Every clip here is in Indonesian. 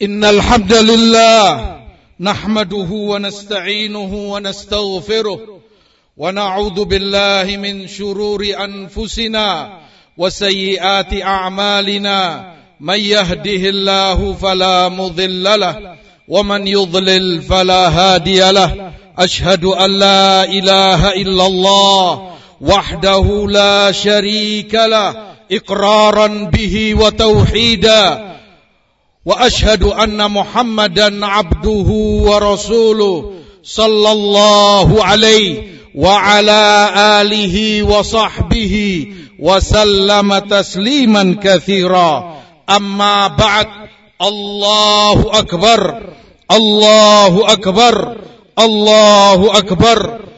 Innal hamdalillah nahmaduhu wa nasta'inuhu wa nastaghfiruh wa na'udzu billahi min shururi anfusina wa sayyiati a'malina may yahdihillahu fala mudilla lahu wa man yudlil fala hadiya lahu ashhadu an la ilaha illallah wahdahu la syarika lahu iqraran bihi wa tauhida wa ashhadu anna Muhammadan abduhu wa rasuluh sallallahu alaihi wa ala alihi wa sahbihi wa sallama tasliman katsira. Amma ba'd. Allahu akbar, Allahu akbar, Allahu akbar,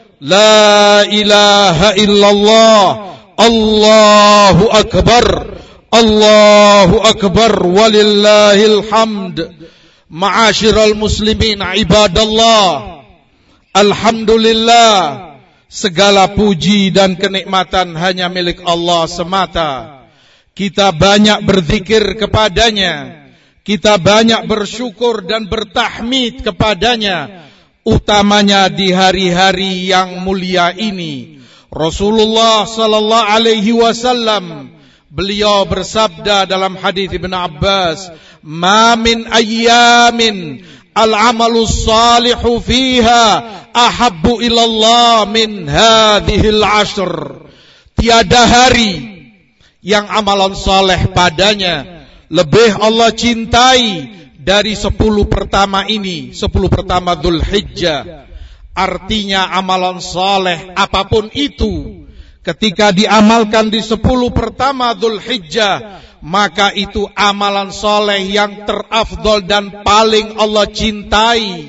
la ilaha illallah, Allahu akbar, Allahu akbar, walillahil hamd. Ma'asyiral muslimin, ibadallah, alhamdulillah, segala puji dan kenikmatan hanya milik Allah semata. Kita banyak berzikir kepadanya, kita banyak bersyukur dan bertahmid kepadanya, utamanya di hari-hari yang mulia ini. Rasulullah sallallahu alaihi wasallam, beliau bersabda dalam hadis Ibnu Abbas, "Ma min ayyamin al-amalu salihu fiha ahabbu ilallah min hadhil ashr." Tiada hari yang amalan saleh padanya lebih Allah cintai dari 10 pertama ini, 10 pertama Dzulhijjah. Artinya amalan saleh apapun itu, ketika diamalkan di 10 pertama Dzulhijjah, maka itu amalan soleh yang terafdol dan paling Allah cintai.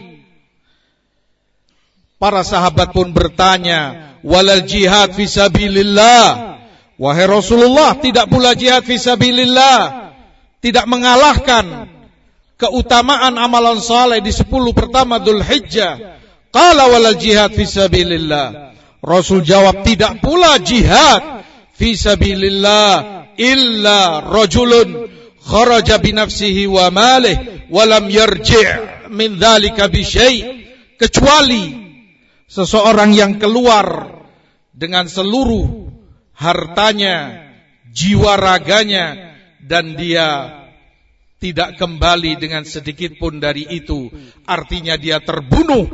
Para sahabat pun bertanya, walal jihad fisabilillah. Wahai Rasulullah, tidak pula jihad fisabilillah tidak mengalahkan keutamaan amalan soleh di 10 pertama Dzulhijjah. Qala walal jihad fisabilillah. Rasul jawab, tidak pula jihad fisabilillah illa rajulun kharaja binafsihi wa malih wa lam yarji' min dzalika bi syai', kecuali seseorang yang keluar dengan seluruh hartanya, jiwa raganya, dan dia tidak kembali dengan sedikit pun dari itu. Artinya dia terbunuh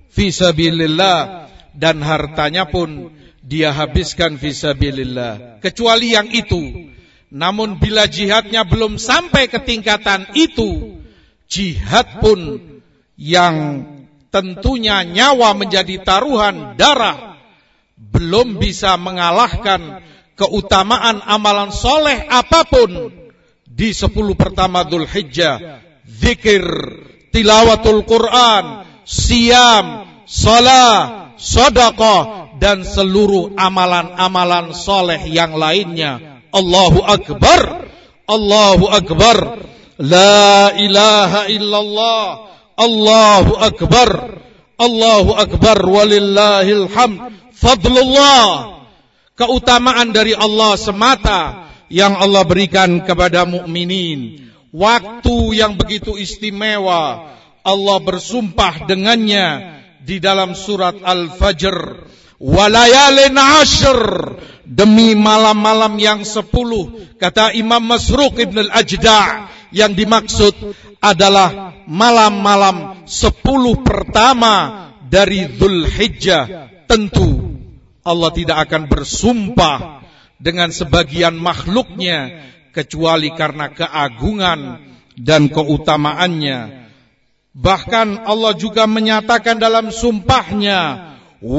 fisabilillah dan hartanya pun dia habiskan fisabilillah, kecuali yang itu. Namun bila jihadnya belum sampai ke tingkatan itu, jihad pun yang tentunya nyawa menjadi taruhan darah belum bisa mengalahkan keutamaan amalan soleh apapun di 10 pertama Dzulhijjah. Zikir, tilawatul Quran, siyam, salat, sedekah, dan seluruh amalan-amalan soleh yang lainnya. Allahu akbar, Allahu akbar, la ilaha illallah, Allahu akbar, Allahu akbar, walillahil hamd. Fadlullah, keutamaan dari Allah semata yang Allah berikan kepada mukminin. Waktu yang begitu istimewa, Allah bersumpah dengannya di dalam surat Al-Fajr, walayalin ashr, demi malam-malam yang 10. Kata Imam Masruq Ibn al-Ajda', yang dimaksud adalah malam-malam 10 pertama dari Dzulhijjah. Tentu Allah tidak akan bersumpah dengan sebagian makhluknya kecuali karena keagungan dan keutamaannya. Bahkan Allah juga menyatakan dalam sumpahnya,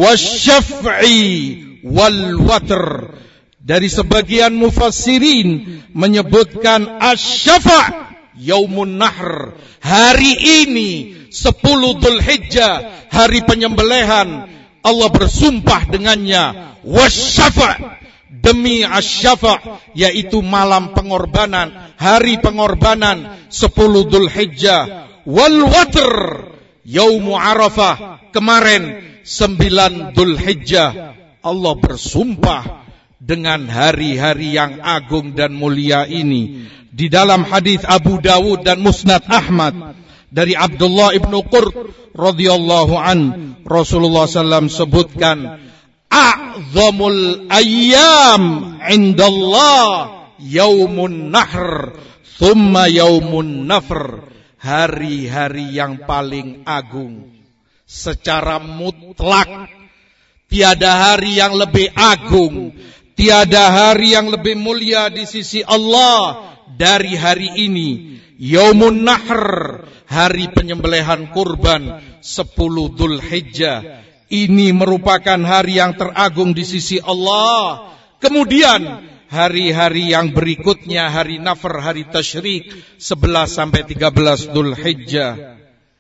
wasyaf'i wal watr. Dari sebagian mufassirin menyebutkan asy-syafa' yaumun nahr, hari ini 10 Dzulhijjah, hari penyembelihan, Allah bersumpah dengannya, wasyafa', demi asy-syafa', yaitu malam pengorbanan, hari pengorbanan 10 Dzulhijjah, wal watr, yaumu Arafah, kemarin 9 Dzulhijjah. Allah bersumpah dengan hari-hari yang agung dan mulia ini. Di dalam hadis Abu Dawud dan Musnad Ahmad dari Abdullah ibnu Qurt radhiyallahu an, Rasulullah SAW sebutkan, a'zamul ayyam indallah yaumun nahr thumma yaumun nafr. Hari-hari yang paling agung secara mutlak, tiada hari yang lebih agung, tiada hari yang lebih mulia di sisi Allah dari hari ini. Yaumun nahr, hari penyembelihan kurban 10 Dzulhijjah. Ini merupakan hari yang teragung di sisi Allah. Kemudian hari-hari yang berikutnya, hari nafr, hari tasyrik 11 sampai 13 Dzulhijjah.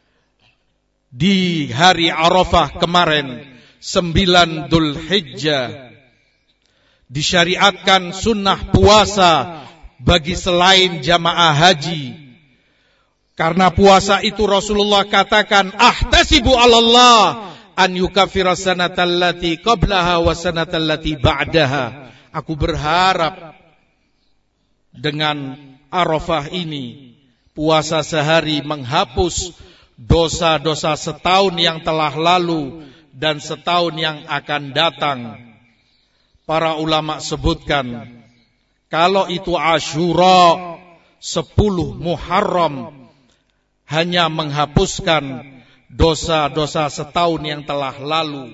Di hari Arafah kemarin 9 Dzulhijjah disyariatkan sunnah puasa bagi selain jamaah haji. Karena puasa itu Rasulullah katakan, ahtasibu 'alallah an yukaffira sanatallati qablaha wa sanatallati ba'daha. Aku berharap dengan Arafah ini, puasa sehari, menghapus dosa-dosa setahun yang telah lalu dan setahun yang akan datang. Para ulama sebutkan, kalau itu Asyura 10 Muharram, hanya menghapuskan dosa-dosa setahun yang telah lalu.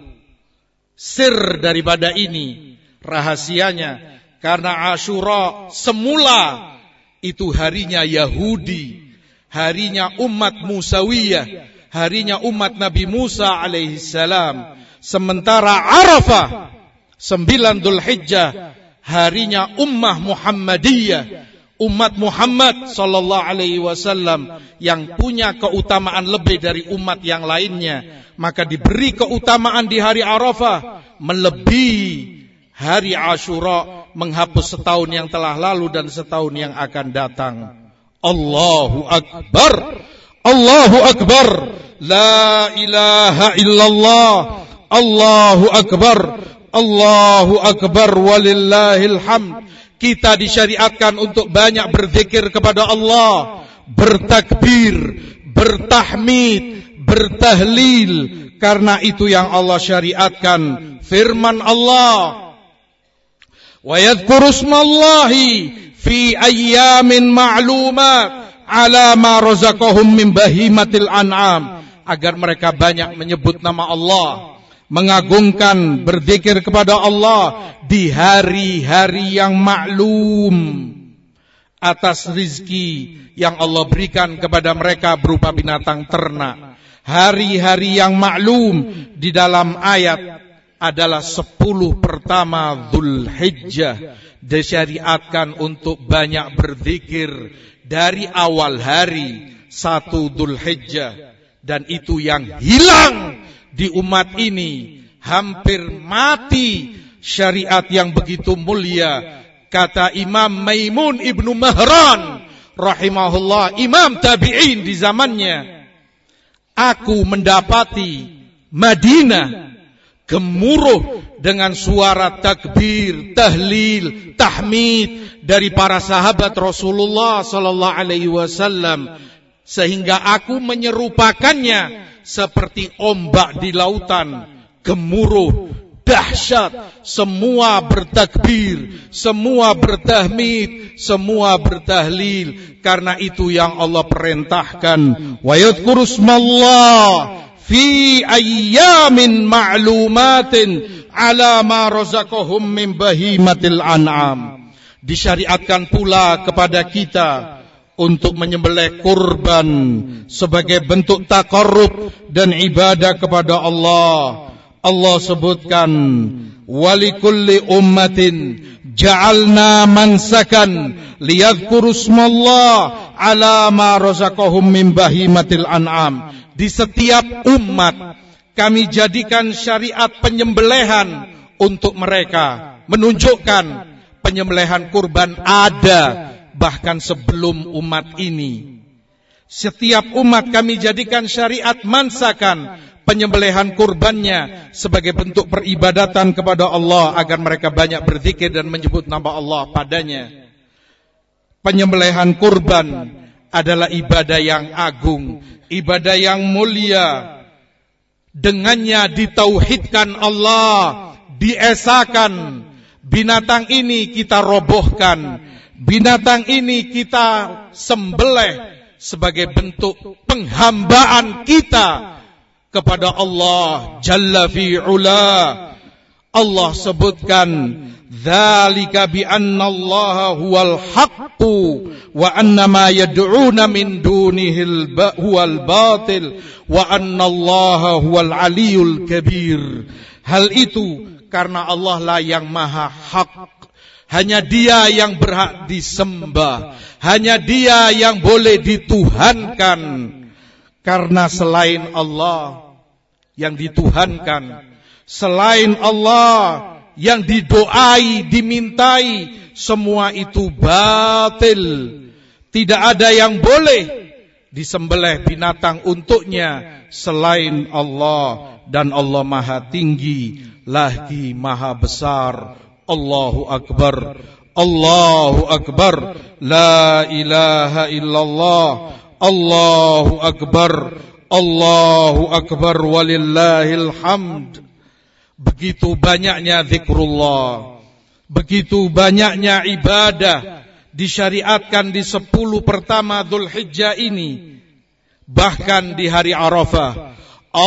Sir daripada ini, rahasianya, karena Asyura semula itu harinya Yahudi, harinya umat Musawiyah, harinya umat Nabi Musa alaihissalam. Sementara Arafah 9 Dzulhijjah harinya ummah Muhammadiyah, umat Muhammad sallallahu alaihi wasallam yang punya keutamaan lebih dari umat yang lainnya. Maka diberi keutamaan di hari Arafah melebihi hari Asyura, menghapus setahun yang telah lalu dan setahun yang akan datang. Allahu Akbar, Allahu Akbar, la ilaha illallah, Allahu Akbar, Allahu Akbar, walillahil hamd. Kita disyariatkan untuk banyak berzikir kepada Allah, bertakbir, bertahmid, bertahlil, karena itu yang Allah syariatkan. Firman Allah, wa yadhkuru ismallahi fi ayyamin ma'lumat ala ma razaqahum min bahimatil an'am, agar mereka banyak menyebut nama Allah, mengagungkan, berzikir kepada Allah di hari-hari yang maklum atas rizki yang Allah berikan kepada mereka berupa binatang ternak. Hari-hari yang maklum di dalam ayat adalah 10 pertama Dzulhijjah. Disyariatkan untuk banyak berzikir dari awal hari 1 Dzulhijjah, dan itu yang hilang di umat ini, hampir mati syariat yang begitu mulia. Kata Imam Maimun ibnu Mahran rahimahullah, imam tabi'in di zamannya, aku mendapati Madinah gemuruh dengan suara takbir, tahlil, tahmid dari para sahabat Rasulullah sallallahu alaihi wasallam, sehingga aku menyerupakannya seperti ombak di lautan, gemuruh, dahsyat, semua bertakbir, semua bertahmid, semua bertahlil. Karena itu yang Allah perintahkan, wa yadhkuru ismallah fi ayyamin ma'lumatin ala ma razaqahum min bahimatil an'am. Disyariatkan pula kepada kita untuk menyembelih kurban sebagai bentuk taqarrub dan ibadah kepada Allah. Allah sebutkan, walikulli ummatin ja'alna mansakan liyadhkuru ismallah ala ma razaqahum min bahimatil an'am. Di setiap umat kami jadikan syariat penyembelihan untuk mereka, menunjukkan penyembelihan kurban ada bahkan sebelum umat ini. Setiap umat kami jadikan syariat mansakan, penyembelihan kurbannya sebagai bentuk peribadatan kepada Allah agar mereka banyak berzikir dan menyebut nama Allah padanya. Penyembelihan kurban adalah ibadah yang agung, ibadah yang mulia. Dengannya ditauhidkan Allah, diesakan. Binatang ini kita robohkan, binatang ini kita sembelih sebagai bentuk penghambaan kita kepada Allah Jalla fi'ula. Allah sebutkan, dzalika bi anna Allah huwal haqqu wa anna ma yad'una min dunihi huwal batil wa anna Allah huwal aliyul kabir. Hal itu karena Allah lah yang maha hak. Hanya Dia yang berhak disembah, hanya Dia yang boleh dituhankan. Karena selain Allah yang dituhankan, selain Allah yang didoai, dimintai, semua itu batil. Tidak ada yang boleh disembelih binatang untuknya selain Allah. Dan Allah maha tinggi lagi maha besar. Allahu Akbar, Allahu Akbar, la ilaha illallah, Allahu Akbar, Allahu Akbar, walillahil hamd. Begitu banyaknya zikrullah, begitu banyaknya ibadah disyariatkan di 10 pertama Dzulhijjah ini. Bahkan di hari Arafah,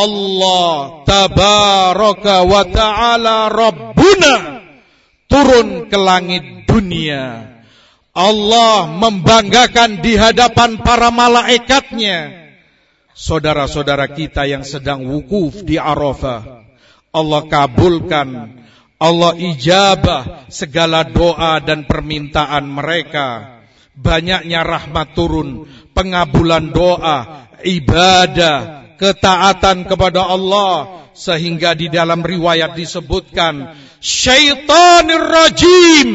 Allah tabaraka wa ta'ala Rabbuna turun ke langit dunia. Allah membanggakan di hadapan para malaikatnya. Saudara-saudara kita yang sedang wukuf di Arafah, Allah kabulkan, Allah ijabah segala doa dan permintaan mereka. Banyaknya rahmat turun, pengabulan doa, ibadah, ketaatan kepada Allah. Sehingga di dalam riwayat disebutkan, syaitanir rajim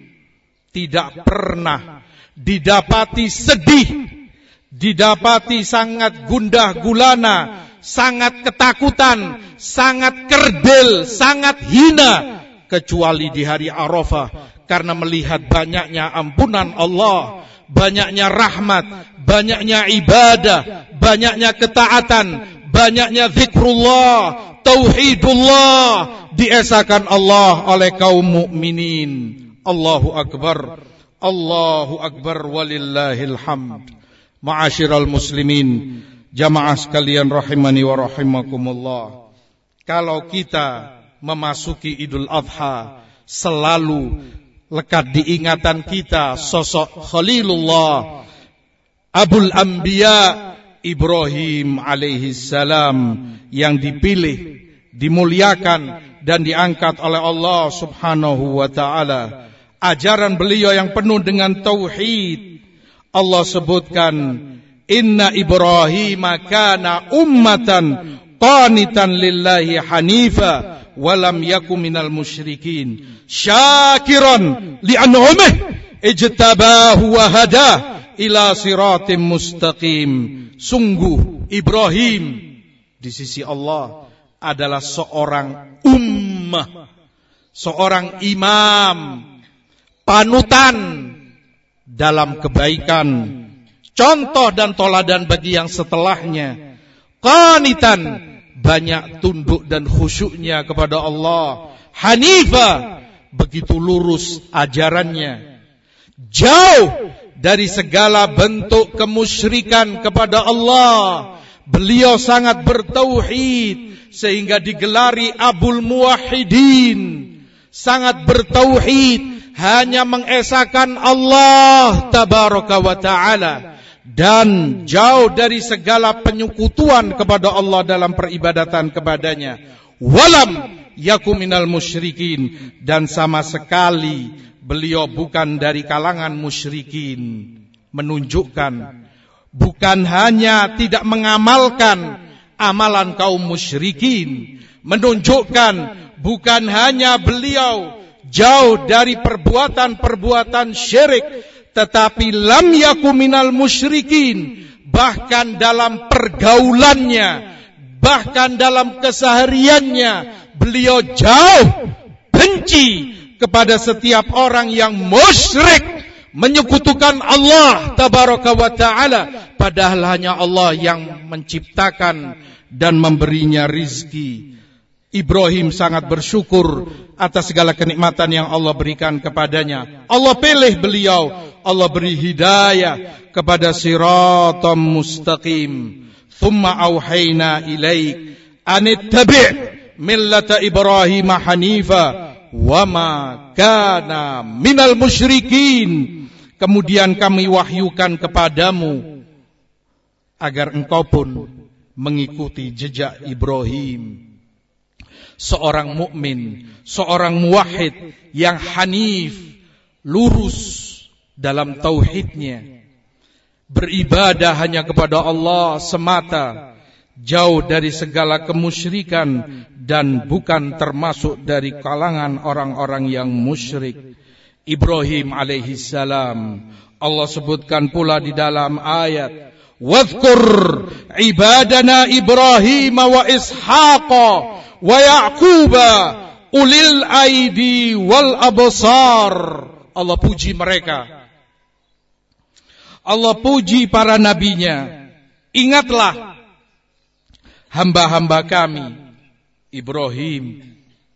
tidak pernah didapati sedih, didapati sangat gundah gulana, sangat ketakutan, sangat kerdil, sangat hina, kecuali di hari Arafah. Karena melihat banyaknya ampunan Allah, banyaknya rahmat, banyaknya ibadah, banyaknya ketaatan, banyaknya zikrullah, tauhidullah, diesakan Allah oleh kaum mukminin. Allahu Akbar, Allahu Akbar, walillahil hamd. Ma'asyiral muslimin, jamaah sekalian rahimani wa rahimakumullah. Kalau kita memasuki Idul Adha, selalu lekat diingatan kita sosok Khalilullah, Abul Anbiya Ibrahim alaihi salam, yang dipilih, dimuliakan dan diangkat oleh Allah Subhanahu wa taala. Ajaran beliau yang penuh dengan tauhid. Allah sebutkan, inna Ibrahim kana ummatan qanitan lillahi hanifa walam yakum minal musyrikin syakiran li'an'umih ijtabahu wa hadah ila siratim mustaqim. Sungguh Ibrahim di sisi Allah adalah seorang ummah, seorang imam, panutan dalam kebaikan, contoh dan toladan bagi yang setelahnya. Qanitan, banyak tunduk dan khusyuknya kepada Allah. Hanifa, begitu lurus ajarannya, jauh dari segala bentuk kemusyrikan kepada Allah. Beliau sangat bertauhid sehingga digelari Abul Muwahhidin. Sangat bertauhid, hanya mengesahkan Allah tabaraka wa ta'ala, dan jauh dari segala penyekutuan kepada Allah dalam peribadatan kepadanya. Walam yakum minal musyrikin, dan sama sekali beliau bukan dari kalangan musyrikin. Menunjukkan bukan hanya tidak mengamalkan amalan kaum musyrikin, menunjukkan bukan hanya beliau jauh dari perbuatan-perbuatan syirik, tetapi lam yakum minal musyrikin, bahkan dalam pergaulannya, bahkan dalam kesehariannya, beliau jauh benci kepada setiap orang yang musyrik, menyekutukan Allah tabaraka wa ta'ala, padahal hanya Allah yang menciptakan dan memberinya rizki. Ibrahim sangat bersyukur atas segala kenikmatan yang Allah berikan kepadanya. Allah pilih beliau, Allah beri hidayah kepada siratam mustaqim. Thumma auhayna ilaik anittabi' millata Ibrahim hanifa wama kana minal musyrikin. Kemudian kami wahyukan kepadamu agar engkau pun mengikuti jejak Ibrahim, seorang mukmin, seorang muwahhid yang hanif, lurus dalam tauhidnya, beribadah hanya kepada Allah semata, jauh dari segala kemusyrikan dan bukan termasuk dari kalangan orang-orang yang musyrik. Ibrahim alaihi salam, Allah sebutkan pula di dalam ayat, wadhkur ibadana Ibrahim wa Ishaqa wa Yaquba ulil aidi wal absar. Allah puji mereka, Allah puji para nabinya. Ingatlah hamba-hamba kami Ibrahim,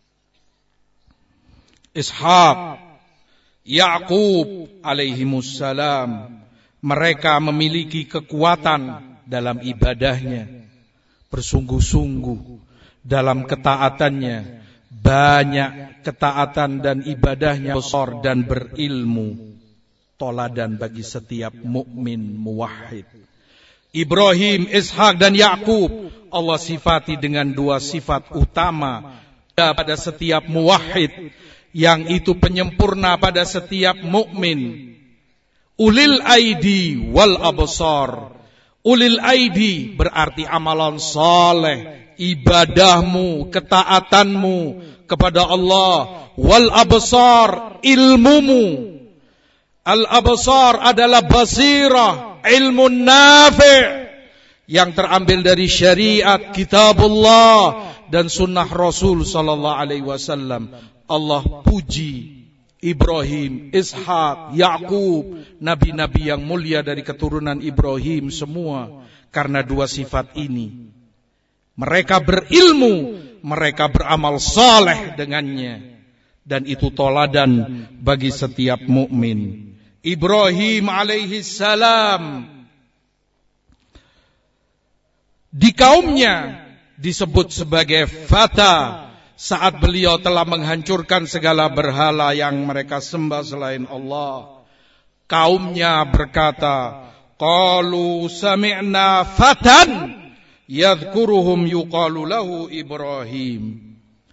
Ishaq, Yaqub alaihimussalam. Mereka memiliki kekuatan dalam ibadahnya, bersungguh-sungguh dalam ketaatannya, banyak ketaatan dan ibadahnya besar dan berilmu, toladan bagi setiap mukmin muwahhid. Ibrahim, Ishaq dan Yaqub Allah sifati dengan dua sifat utama pada setiap muwahhid, yang itu penyempurna pada setiap mukmin. Ulil aidi wal absar. Ulil aidi berarti amalan saleh, ibadahmu, ketaatanmu kepada Allah. Wal absar, ilmumu. Al absar adalah basirah, ilmu nafi' yang terambil dari syariat, kitabullah dan sunnah Rasul sallallahu alaihi wasallam. Allah puji Ibrahim, Ishaq, Yaqub, nabi-nabi yang mulia dari keturunan Ibrahim semua, karena dua sifat ini. Mereka berilmu, mereka beramal saleh dengannya, dan itu toladan bagi setiap mukmin. Ibrahim alaihi salam di kaumnya disebut sebagai fata saat beliau telah menghancurkan segala berhala yang mereka sembah selain Allah. Kaumnya berkata, qalu sami'na fatan yadhkuruhum yuqalu lahu Ibrahim.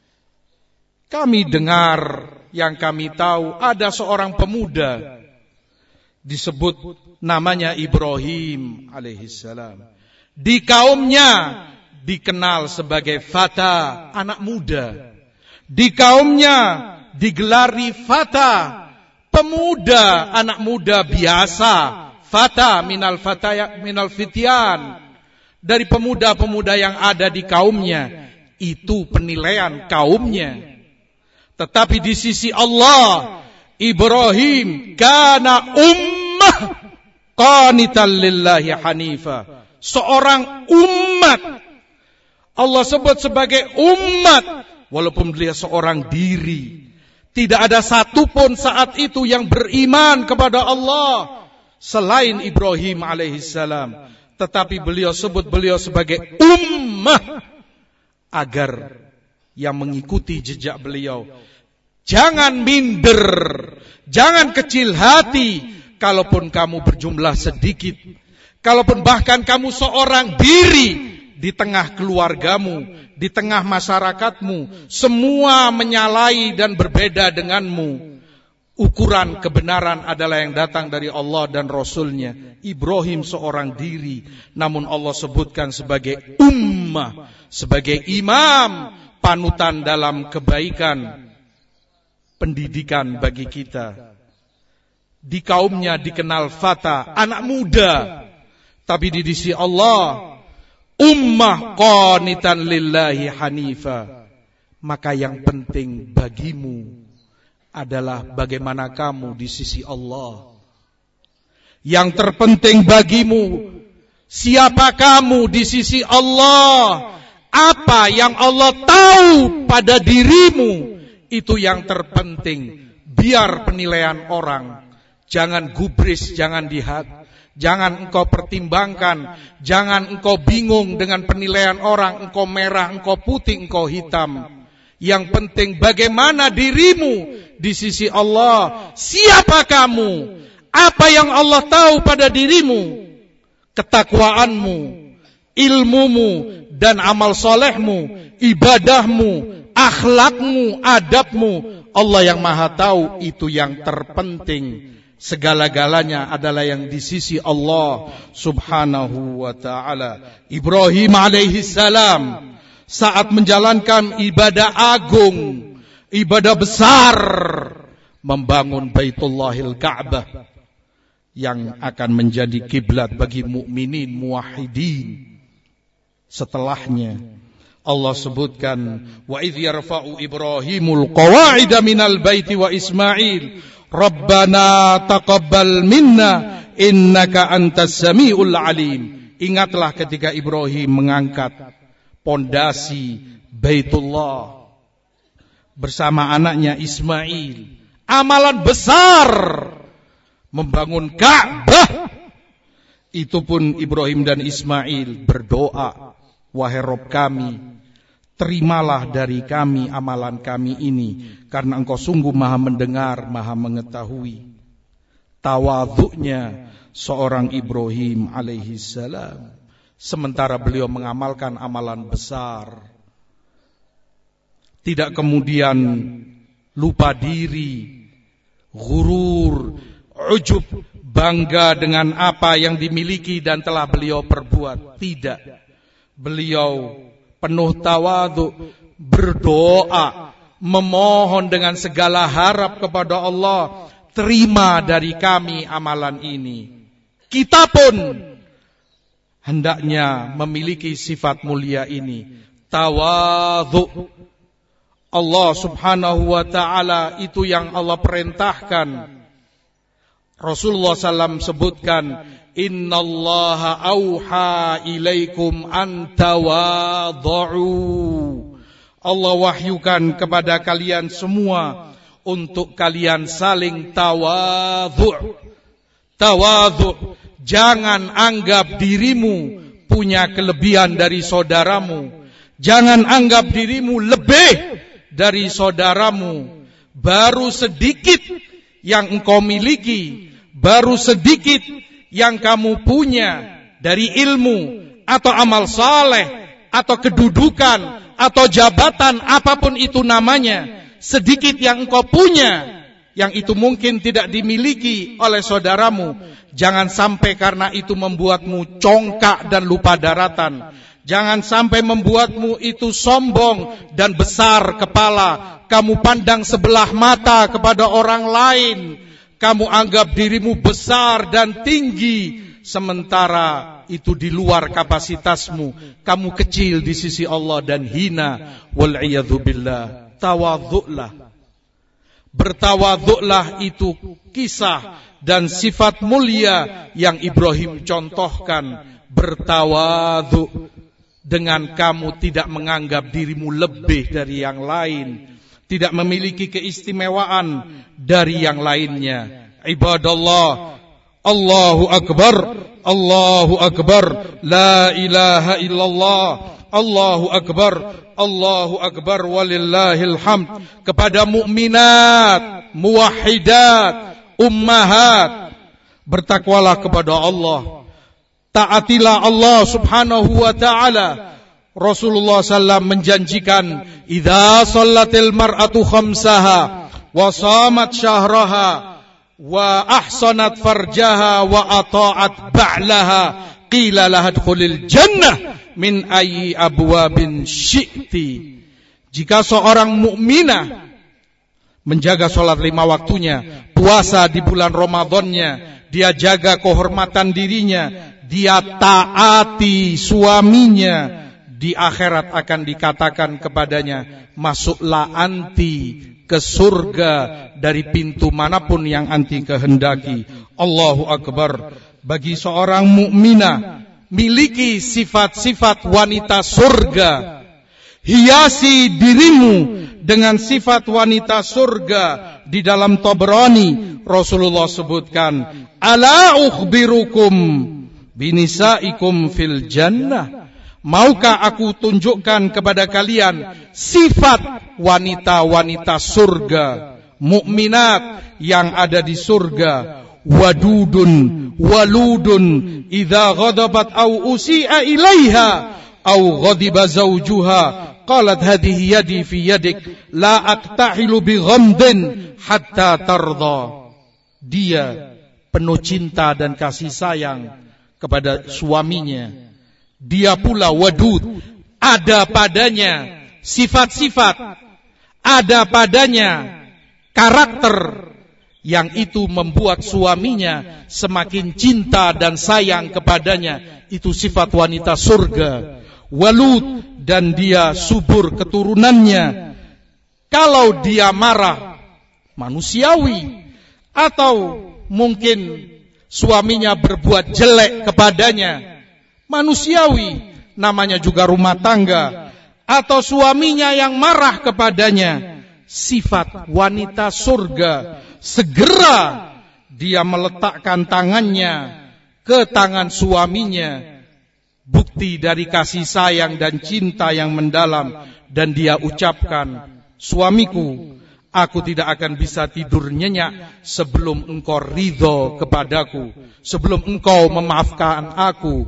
Kami dengar, yang kami tahu ada seorang pemuda disebut namanya Ibrahim alaihissalam. Di kaumnya dikenal sebagai fata, anak muda. Di kaumnya digelari fata, pemuda, anak muda biasa. Fata minal fataya minal fityan, dari pemuda-pemuda yang ada di kaumnya. Itu penilaian kaumnya. Tetapi di sisi Allah, Ibrahim kana ummah qanitan lillahi hanifa, seorang umat. Allah sebut sebagai umat, walaupun beliau seorang diri. Tidak ada satupun saat itu yang beriman kepada Allah selain Ibrahim alaihissalam. Tetapi beliau sebut beliau sebagai ummah, agar yang mengikuti jejak beliau jangan minder, jangan kecil hati. Kalaupun kamu berjumlah sedikit, kalaupun bahkan kamu seorang diri, di tengah keluargamu, di tengah masyarakatmu, semua menyalahi dan berbeda denganmu. Ukuran kebenaran adalah yang datang dari Allah dan Rasulnya. Ibrahim seorang diri, namun Allah sebutkan sebagai ummah, sebagai imam, panutan dalam kebaikan, pendidikan bagi kita. Di kaumnya dikenal fata, anak muda. tapi di sisi Allah ummah qanitan lillahi hanifa. Maka yang penting bagimu adalah bagaimana kamu di sisi Allah. Yang terpenting bagimu, siapa kamu di sisi Allah. Apa yang Allah tahu pada dirimu, itu yang terpenting. Biar penilaian orang, jangan gubris, jangan jangan engkau pertimbangkan, jangan engkau bingung dengan penilaian orang, engkau merah, engkau putih, engkau hitam. Yang penting bagaimana dirimu di sisi Allah. Siapa kamu? Apa yang Allah tahu pada dirimu? Ketakwaanmu, ilmumu, dan amal solehmu, ibadahmu, akhlakmu, adabmu. Allah yang maha tahu, itu yang terpenting. Segala-galanya adalah yang di sisi Allah subhanahu wa ta'ala. Ibrahim alaihi salam saat menjalankan ibadah agung, ibadah besar, membangun Baitullahil Ka'bah yang akan menjadi kiblat bagi mukminin muwahhidin. Setelahnya Allah sebutkan, wa idh yarfa'u Ibrahimul qawa'ida minal baiti wa Ismail Rabbana taqabbal minna innaka antas samiul alim. Ingatlah ketika Ibrahim mengangkat pondasi Baitullah bersama anaknya Ismail. Amalan besar membangun Ka'bah. Itu pun Ibrahim dan Ismail berdoa, wahai Rabb kami, terimalah dari kami amalan kami ini, karena engkau sungguh maha mendengar, maha mengetahui. Tawadhu'nya seorang Ibrahim alaihi salam, sementara beliau mengamalkan amalan besar. Tidak kemudian lupa diri, ghurur, ujub, bangga dengan apa yang dimiliki dan telah beliau perbuat. Tidak. Beliau penuh tawadhu, berdoa, memohon dengan segala harap kepada Allah, terima dari kami amalan ini. Kita pun hendaknya memiliki sifat mulia ini, tawadhu. Allah subhanahu wa ta'ala itu yang Allah perintahkan. Rasulullah SAW sebutkan, innallaha auha ilaikum an tawadhu. Allah wahyukan kepada kalian semua untuk kalian saling tawadhu. Tawadhu, jangan anggap dirimu punya kelebihan dari saudaramu. Jangan anggap dirimu lebih dari saudaramu. Baru sedikit yang engkau miliki, baru sedikit yang kamu punya dari ilmu atau amal saleh atau kedudukan atau jabatan, apapun itu namanya, sedikit yang engkau punya yang itu mungkin tidak dimiliki oleh saudaramu. Jangan sampai karena itu membuatmu congkak dan lupa daratan. Jangan sampai membuatmu itu sombong dan besar kepala. Kamu pandang sebelah mata kepada orang lain. Kamu anggap dirimu besar dan tinggi, sementara itu di luar kapasitasmu. Kamu kecil di sisi Allah dan hina. Wal'iyadhu billah. Tawadhu'lah. Bertawadhu'lah, itu kisah dan sifat mulia yang Ibrahim contohkan. Bertawadhu dengan kamu tidak menganggap dirimu lebih dari yang lain, tidak memiliki keistimewaan dari yang lainnya. Ibadallah, Allahu Akbar, Allahu Akbar, la ilaha illallah, Allahu Akbar, Allahu Akbar, walillahil hamd. Kepada mukminat, muwahhidat, ummahat, bertakwalah kepada Allah. Taatilah Allah subhanahu wa ta'ala. Rasulullah SAW menjanjikan, idza shallatil mar'atu khamsaha wa shamat syahraha wa ahsanat farjaha wa ata'at ba'laha qila laha adkhulil jannah min ayyi abwabin syi'ti. Jika seorang mukminah menjaga salat 5 waktunya, puasa di bulan Ramadannya, dia jaga kehormatan dirinya, dia taati suaminya, di akhirat akan dikatakan kepadanya, masuklah anti ke surga dari pintu manapun yang anti kehendaki. Allahu Akbar. Bagi seorang mukminah, miliki sifat-sifat wanita surga. Hiasi dirimu dengan sifat wanita surga. Di dalam Tabrani Rasulullah sebutkan, ala ukhbirukum binisaikum fil jannah. Maukah aku tunjukkan kepada kalian sifat wanita-wanita surga, mukminat yang ada di surga. Wadudun waludun idza ghadabat au usi'a ilaiha au ghadiba zawjuha qalat hadhihi yadi fi yadik la aqtahilu bi ghamdin hatta tarda. Dia penuh cinta dan kasih sayang kepada suaminya. Dia pula wadud, ada padanya sifat-sifat, ada padanya karakter yang itu membuat suaminya semakin cinta dan sayang kepadanya. Itu sifat wanita surga. Walud, dan dia subur keturunannya. Kalau dia marah, manusiawi, atau mungkin suaminya berbuat jelek kepadanya, manusiawi, namanya juga rumah tangga. Atau suaminya yang marah kepadanya, sifat wanita surga. Segera dia meletakkan tangannya ke tangan suaminya, bukti dari kasih sayang dan cinta yang mendalam. Dan dia ucapkan, suamiku, aku tidak akan bisa tidur nyenyak sebelum engkau ridho kepadaku, sebelum engkau memaafkan aku.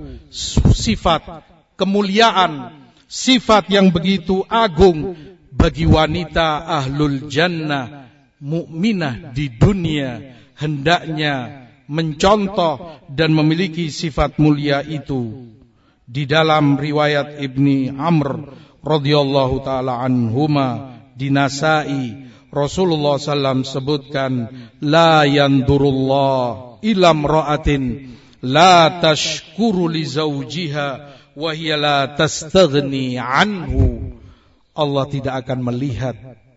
Sifat kemuliaan, sifat yang begitu agung bagi wanita ahlul jannah, mukminah di dunia, hendaknya mencontoh dan memiliki sifat mulia itu. Di dalam riwayat Ibni Amr radhiyallahu taala anhuma di Nasa'i, Rasulullah SAW sebutkan, la yandurullah ila imra'atin la tashkuru li zawjiha wa hiya la tastaghni anhu. Allah tidak akan melihat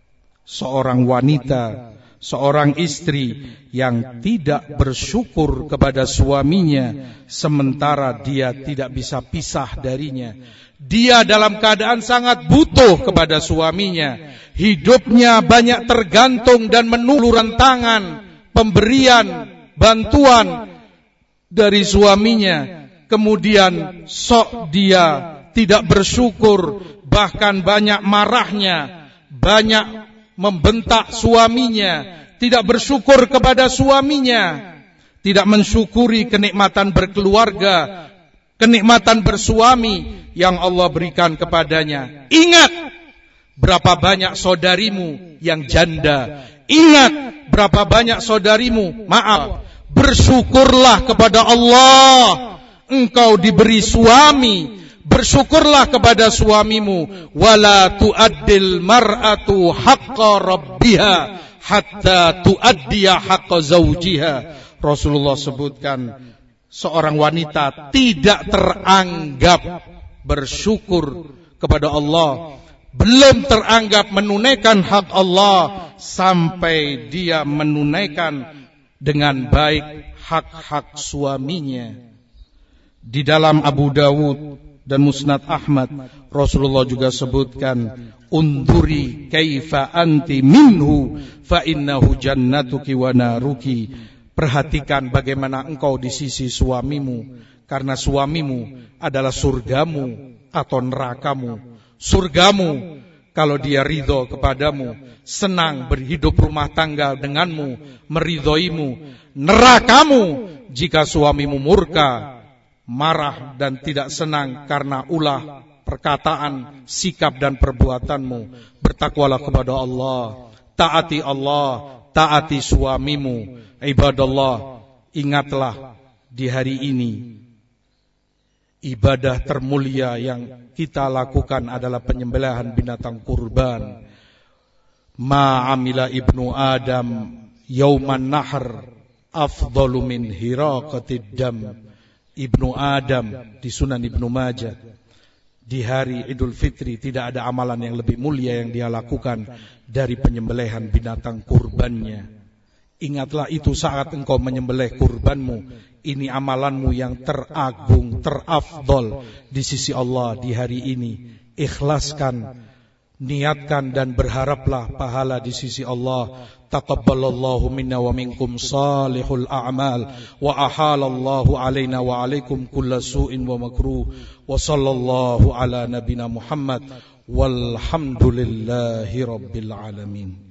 seorang wanita, seorang istri yang tidak bersyukur kepada suaminya sementara dia tidak bisa pisah darinya. Dia dalam keadaan sangat butuh kepada suaminya. Hidupnya banyak tergantung dan menuluran tangan pemberian bantuan dari suaminya. Kemudian sok dia tidak bersyukur, bahkan banyak marahnya, banyak membentak suaminya, tidak bersyukur kepada suaminya, tidak mensyukuri kenikmatan berkeluarga, kenikmatan bersuami yang Allah berikan kepadanya. Ingat berapa banyak saudarimu yang janda. Ingat berapa banyak saudarimu, maaf, bersyukurlah kepada Allah, engkau diberi suami. Bersyukurlah kepada suamimu. Wala tu'addil mar'atu haqqa rabbiha hatta tu'addiya haqqa zawjiha. Rasulullah sebutkan, seorang wanita tidak teranggap bersyukur kepada Allah, belum teranggap menunaikan hak Allah sampai dia menunaikan dengan baik hak-hak suaminya. Di dalam Abu Dawud dan Musnad Ahmad, Rasulullah juga sebutkan, unduri kaifa anti minhu fa innahu jannatuki wa naruki. Perhatikan bagaimana engkau di sisi suamimu, karena suamimu adalah surgamu atau nerakamu. Surgamu kalau dia ridho kepadamu, senang berhidup rumah tangga denganmu, meridhoimu. Nerakamu jika suamimu murka, marah dan tidak senang karena ulah perkataan, sikap dan perbuatanmu. Bertakwalah kepada Allah, taati Allah, taati suamimu. Ibadallah, ingatlah di hari ini ibadah termulia yang kita lakukan adalah penyembelihan binatang kurban. Ma'amila ibnu Adam yauman nahr afdalu min hiraqatid dam. Ibnu Adam di Sunan Ibnu Majah. Di hari Idul Fitri tidak ada amalan yang lebih mulia yang dia lakukan dari penyembelihan binatang kurbannya. Ingatlah itu saat engkau menyembelih kurbanmu. Ini amalanmu yang teragung, terafdol di sisi Allah di hari ini. Ikhlaskan, niatkan dan berharaplah pahala di sisi Allah. Taqabbalallahu minna wa minkum salihul a'mal wa ahalallahu alaina wa alaikum kulla su'in wa makruh wa sallallahu ala nabina Muhammad walhamdulillahi rabbil alamin.